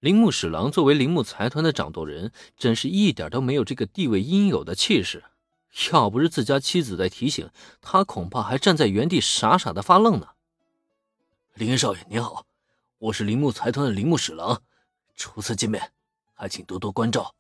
铃木史郎作为铃木财团的掌舵人，真是一点都没有这个地位应有的气势。要不是自家妻子在提醒，他恐怕还站在原地傻傻的发愣呢。 林恩少爷您好，我是铃木财团的铃木史郎，初次见面，还请多多关照。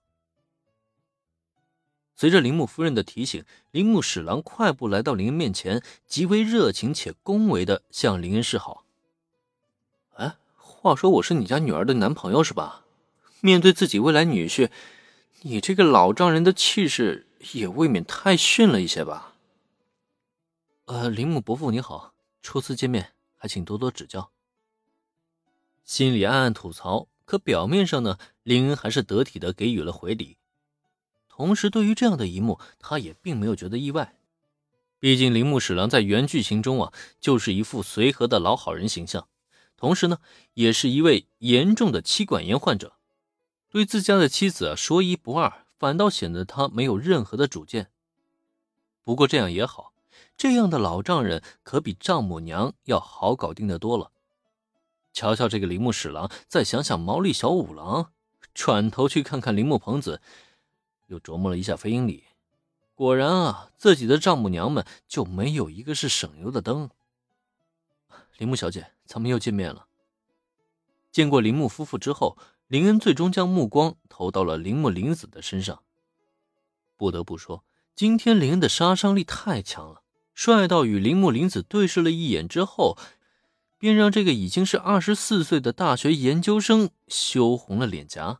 随着铃木夫人的提醒，铃木史郎快步来到林恩面前，极为热情且恭维地向林恩示好。哎，话说我是你家女儿的男朋友是吧？面对自己未来女婿，你这个老丈人的气势也未免太逊了一些吧？铃木伯父你好，初次见面，还请多多指教。心里暗暗吐槽，可表面上呢，林恩还是得体地给予了回礼。同时对于这样的一幕，他也并没有觉得意外。毕竟铃木史郎在原剧情中就是一副随和的老好人形象，同时呢，也是一位严重的妻管严患者，对自家的妻子说一不二，反倒显得他没有任何的主见。不过这样也好，这样的老丈人可比丈母娘要好搞定的多了。瞧瞧这个铃木史郎，再想想毛利小五郎，转头去看看铃木朋子，又琢磨了一下飞鹰里，果然自己的丈母娘们就没有一个是省油的灯。铃木小姐，咱们又见面了。见过铃木夫妇之后，林恩最终将目光投到了铃木玲子的身上。不得不说，今天林恩的杀伤力太强了，帅到与铃木玲子对视了一眼之后，便让这个已经是24岁的大学研究生羞红了脸颊。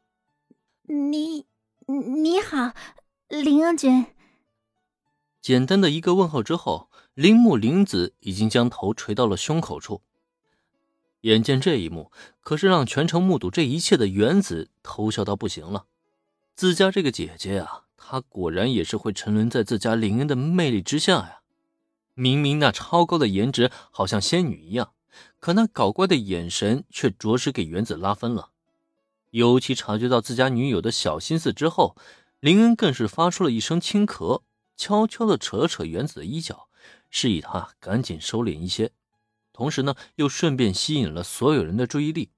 你好，林恩君。 简单的一个问候之后，铃木玲子已经将头垂到了胸口处。眼见这一幕，可是让全程目睹这一切的原子偷笑到不行了。自家这个姐姐她果然也是会沉沦在自家林恩的魅力之下呀。明明那超高的颜值好像仙女一样，可那搞怪的眼神却着实给原子拉分了。尤其察觉到自家女友的小心思之后，林恩更是发出了一声轻咳，悄悄地扯了扯原子的衣角，示意他赶紧收敛一些，同时呢，又顺便吸引了所有人的注意力。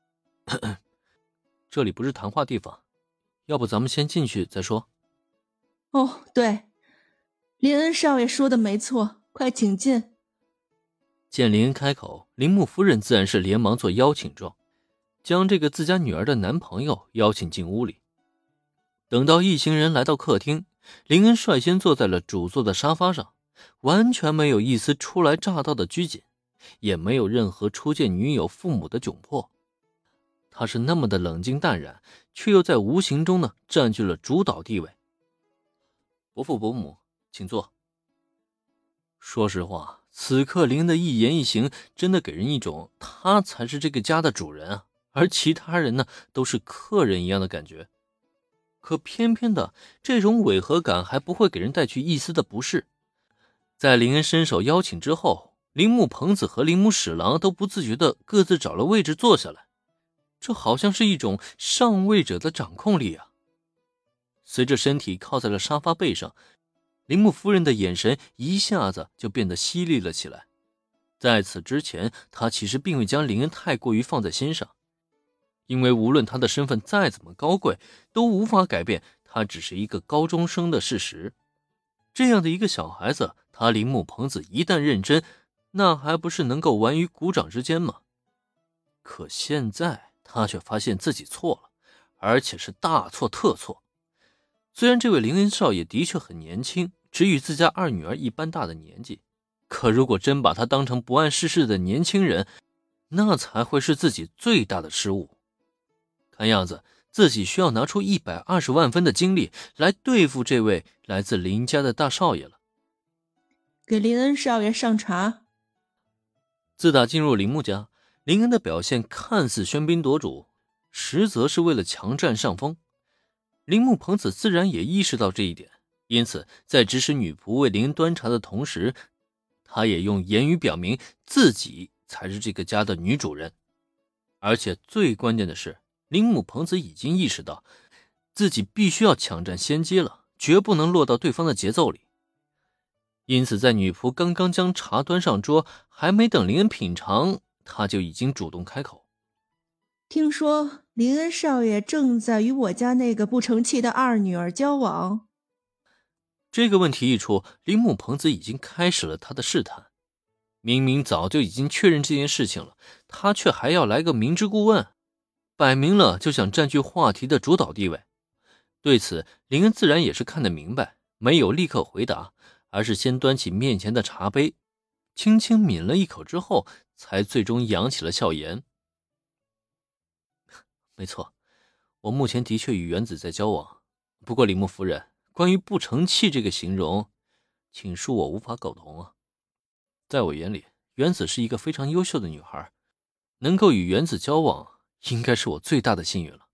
这里不是谈话地方，要不咱们先进去再说。 哦，对，林恩少爷说的没错，快请进。 见林恩开口，铃木夫人自然是连忙做邀请状，将这个自家女儿的男朋友邀请进屋里。等到一行人来到客厅，林恩率先坐在了主座的沙发上，完全没有一丝初来乍到的拘谨，也没有任何初见女友父母的窘迫。他是那么的冷静淡然，却又在无形中呢占据了主导地位。伯父伯母，请坐。说实话，此刻林恩的一言一行真的给人一种他才是这个家的主人而其他人呢都是客人一样的感觉。可偏偏的这种违和感还不会给人带去一丝的不适。在林恩伸手邀请之后，铃木朋子和铃木史郎都不自觉地各自找了位置坐下来，这好像是一种上位者的掌控力随着身体靠在了沙发背上，铃木夫人的眼神一下子就变得犀利了起来。在此之前，她其实并未将林恩太过于放在心上，因为无论他的身份再怎么高贵，都无法改变他只是一个高中生的事实。这样的一个小孩子，他铃木朋子一旦认真，那还不是能够玩于股掌之间吗？可现在他却发现自己错了，而且是大错特错。虽然这位林恩少爷的确很年轻，只与自家二女儿一般大的年纪，可如果真把他当成不谙世事的年轻人，那才会是自己最大的失误。看样子自己需要拿出120万分的精力来对付这位来自林家的大少爷了。 给林恩少爷上茶。 自打进入铃木家，林恩的表现看似喧宾夺主，实则是为了强占上风。铃木朋子自然也意识到这一点，因此在指使女仆为林恩端茶的同时，他也用言语表明自己才是这个家的女主人。而且最关键的是，铃木朋子已经意识到自己必须要抢占先机了，绝不能落到对方的节奏里。因此在女仆刚刚将茶端上桌，还没等林恩品尝，他就已经主动开口。 听说林恩少爷正在与我家那个不成器的二女儿交往。 这个问题一出，铃木朋子已经开始了他的试探。明明早就已经确认这件事情了，他却还要来个明知故问，摆明了就想占据话题的主导地位。对此，林恩自然也是看得明白，没有立刻回答，而是先端起面前的茶杯，轻轻抿了一口之后，才最终扬起了笑颜。没错，我目前的确与原子在交往，不过铃木夫人，关于不成器这个形容，请恕我无法苟同啊。在我眼里，原子是一个非常优秀的女孩，能够与原子交往，应该是我最大的幸运了。